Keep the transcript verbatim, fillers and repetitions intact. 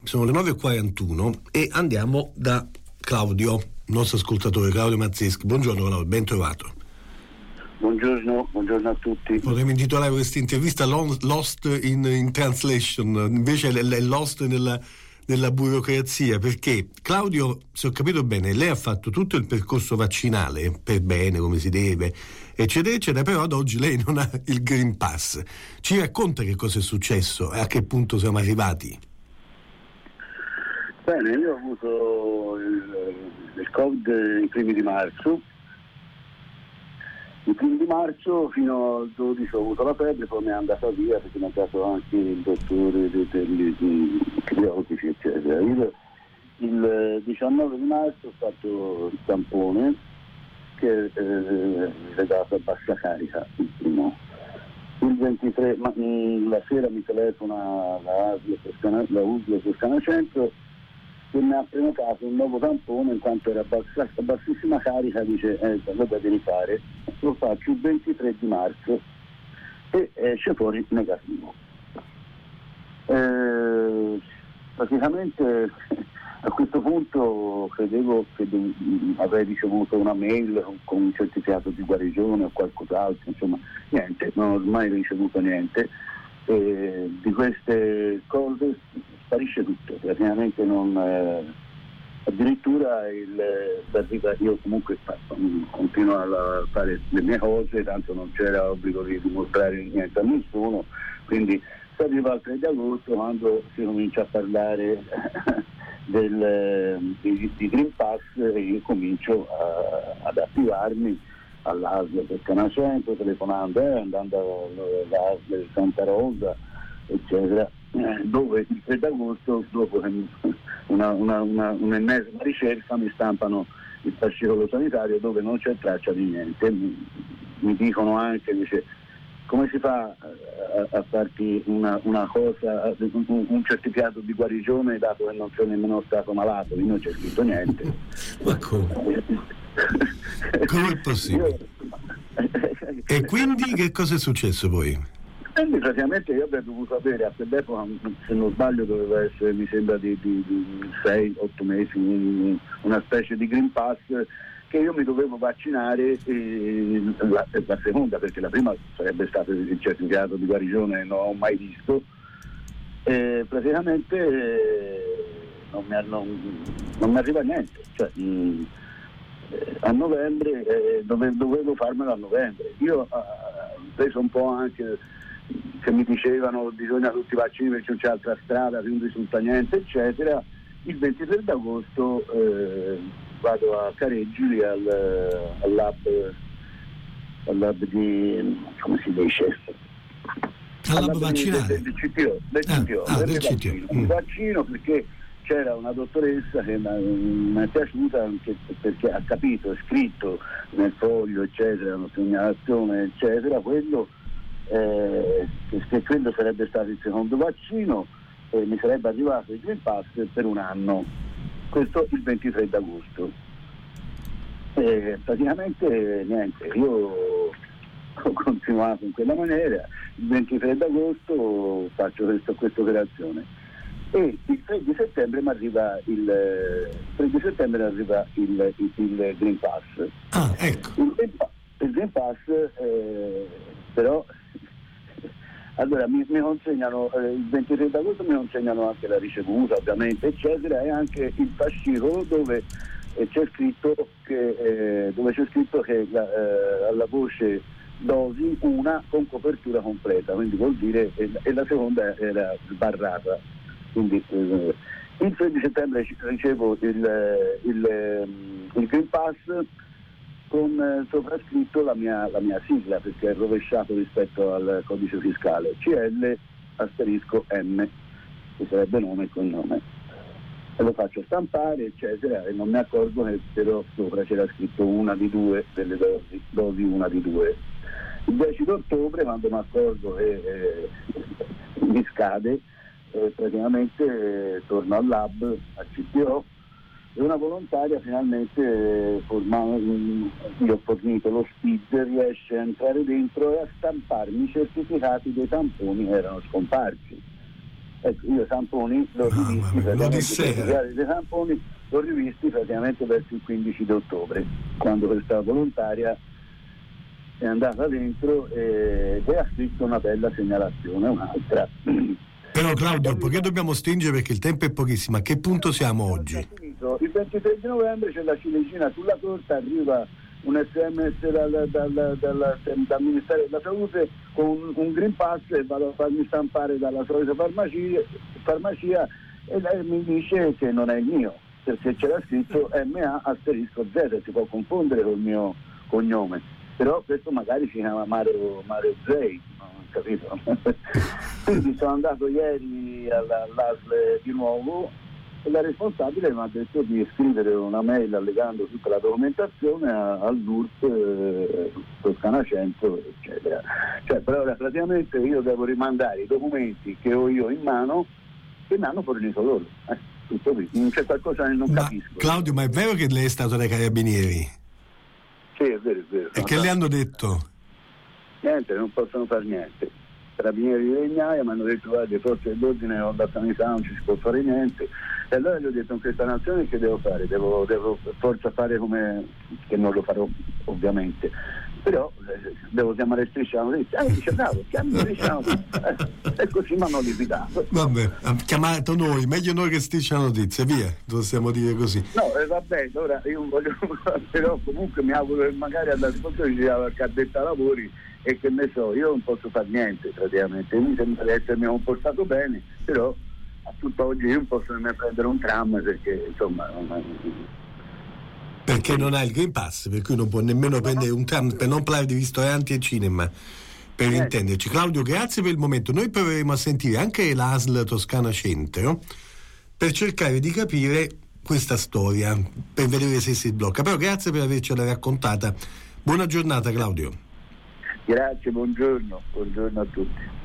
Sono le nove e quarantuno e andiamo da Claudio, nostro ascoltatore Claudio Mazzeschi. Buongiorno Claudio, ben trovato. Buongiorno, buongiorno a tutti. Potremmo intitolare questa intervista Lost in, in Translation, invece è Lost nella, nella burocrazia, perché Claudio, se ho capito bene, lei ha fatto tutto il percorso vaccinale per bene, come si deve, eccetera eccetera, però ad oggi lei non ha il Green Pass. Ci racconta che cosa è successo e a che punto siamo arrivati? Bene, io ho avuto il, il Covid i primi di marzo. I primi di marzo fino al dodici ho avuto la febbre, poi mi è andata via perché mi ha dato anche il dottore degli antibiotici, eccetera. Io il diciannove di marzo ho fatto il tampone che eh, mi è dato a bassa carica, il primo. Il ventitré, ma, mh, la sera mi telefona la U S L Toscana Centro che mi ha prenotato un nuovo tampone in quanto era bassa, a bassissima carica, dice eh, lo devi rifare. Lo faccio il ventitré di marzo e esce fuori negativo. Eh, praticamente a questo punto credevo che avrei ricevuto una mail con, con un certificato di guarigione o qualcos'altro, insomma niente, non ho mai ricevuto niente. Eh, di queste cose sparisce tutto, praticamente non eh, addirittura il eh, io comunque continuo a fare le mie cose, tanto non c'era obbligo di dimostrare niente a nessuno, quindi si arriva al tre di agosto quando si comincia a parlare del, di, di Green Pass e io comincio a, ad attivarmi all'A S L Toscana Centro, telefonando, eh, andando all'A S L Santa Rosa, eccetera, eh, dove il tre agosto, dopo una, una, una, un'ennesima ricerca, mi stampano il fascicolo sanitario dove non c'è traccia di niente. Mi, mi dicono anche, dice, come si fa a, a farti una, una cosa, un, un certificato di guarigione dato che non sei nemmeno stato malato? Io non c'è scritto niente. Ma come? Come è possibile? E quindi che cosa è successo poi? Quindi praticamente io avrei dovuto avere a quell'epoca, se non sbaglio doveva essere, mi sembra di, di, di sei otto mesi, una specie di Green Pass che io mi dovevo vaccinare eh, la, la seconda, perché la prima sarebbe stato il certificato di guarigione, non ho mai visto. E praticamente eh, non, mi, non, non mi arriva niente, cioè, mh, eh, a novembre eh, dove, dovevo farmelo a novembre. Io ho eh, preso un po' anche che mi dicevano bisogna tutti i vaccini perché non c'è altra strada, non risulta niente, eccetera. Il ventitré d'agosto eh, vado a Careggi al, al lab al lab di, come si dice, al lab vaccinale del C T O, del ah, C T O, ah, del C T O. Vaccino, mm. vaccino perché c'era una dottoressa che mi è piaciuta anche perché ha capito, è scritto nel foglio, eccetera, una segnalazione, eccetera, quello eh, che quello sarebbe stato il secondo vaccino e mi sarebbe arrivato il Green Pass per un anno, questo il ventitré d'agosto. E praticamente niente, io ho continuato in quella maniera, il ventitré d'agosto faccio questo, questa operazione e il tre di settembre mi arriva il tre di settembre arriva il, il, il Green Pass. Ah, ecco. Il Green, il Green Pass eh, però allora mi, mi consegnano eh, il ventitré d'agosto mi consegnano anche la ricevuta ovviamente eccetera e anche il fascicolo dove eh, c'è scritto che eh, dove c'è scritto che la, eh, alla voce dosi una con copertura completa, quindi vuol dire e, e la seconda era sbarrata, quindi eh, il tre di settembre ricevo il, il, il Green Pass con eh, sovrascritto la mia, la mia sigla perché è rovesciato rispetto al codice fiscale, C L asterisco M, che sarebbe nome e cognome, e lo faccio stampare eccetera e non mi accorgo che però sopra c'era scritto una di due delle dosi, dosi una di due. Il dieci ottobre quando mi accorgo che eh, mi scade eh, praticamente eh, torno al lab, al C T O e una volontaria finalmente eh, forma, gli ho fornito lo S P I D, riesce a entrare dentro e a stamparmi i certificati dei tamponi che erano scomparsi. Ecco, io Samponi l'ho rivisti ah, praticamente, dei Samponi l'ho rivisti praticamente verso il quindici di ottobre, quando questa volontaria è andata dentro e, e ha scritto una bella segnalazione, un'altra. Però Claudio, perché dobbiamo stringere perché il tempo è pochissimo, a che punto siamo oggi? Il ventitré di novembre c'è la ciliegina sulla torta, arriva un S M S dal, dal, dal, dal, dal Ministero della Salute con un, un Green Pass e vado a farmi stampare dalla solita farmacia, farmacia e lei mi dice che non è il mio, perché c'era scritto M A asterisco Z, si può confondere col mio cognome, però questo magari si chiama Mario, Mario Zei, non ho capito. Quindi sono andato ieri all'A S L di nuovo e la responsabile mi ha detto di scrivere una mail allegando tutta la documentazione al D U R T eh, Toscana cento, eccetera. Cioè, però praticamente io devo rimandare i documenti che ho io in mano che mi hanno fornito loro. Eh, tutto qui. Non c'è qualcosa che non ma, capisco. Claudio, ma è vero che lei è stato dai carabinieri? Sì, è vero, è vero. E che le hanno detto? Niente, non possono fare niente. Carabinieri di Legnaia mi hanno detto guarda, le forze dell'ordine o la sanità non ci si può fare niente, e allora gli ho detto in questa nazione che devo fare? Devo, devo per forza fare come, che non lo farò ovviamente, però eh, devo chiamare Striscia la Notizia. Eh, dice bravo, chiami Striscia la Notizia. Eh, e così mi hanno liquidato. Vabbè, ha chiamato noi, meglio noi che Striscia la Notizia, via, possiamo dire così. No, eh, vabbè, ora io non voglio, però comunque mi auguro che magari all'ascoltatore ci sia qualche addetta lavori e che ne so, io non posso fare niente praticamente, mi sembra di essermi comportato bene, però a tutt'oggi io non posso nemmeno prendere un tram perché insomma non... perché non ha il Green Pass, per cui non può nemmeno no, prendere un tram per non parlare di ristoranti e cinema, per eh. intenderci. Claudio, grazie per il momento. Noi proveremo a sentire anche l'A S L Toscana Centro per cercare di capire questa storia, per vedere se si blocca, però grazie per avercela raccontata. Buona giornata Claudio. Grazie, buongiorno, buongiorno a tutti.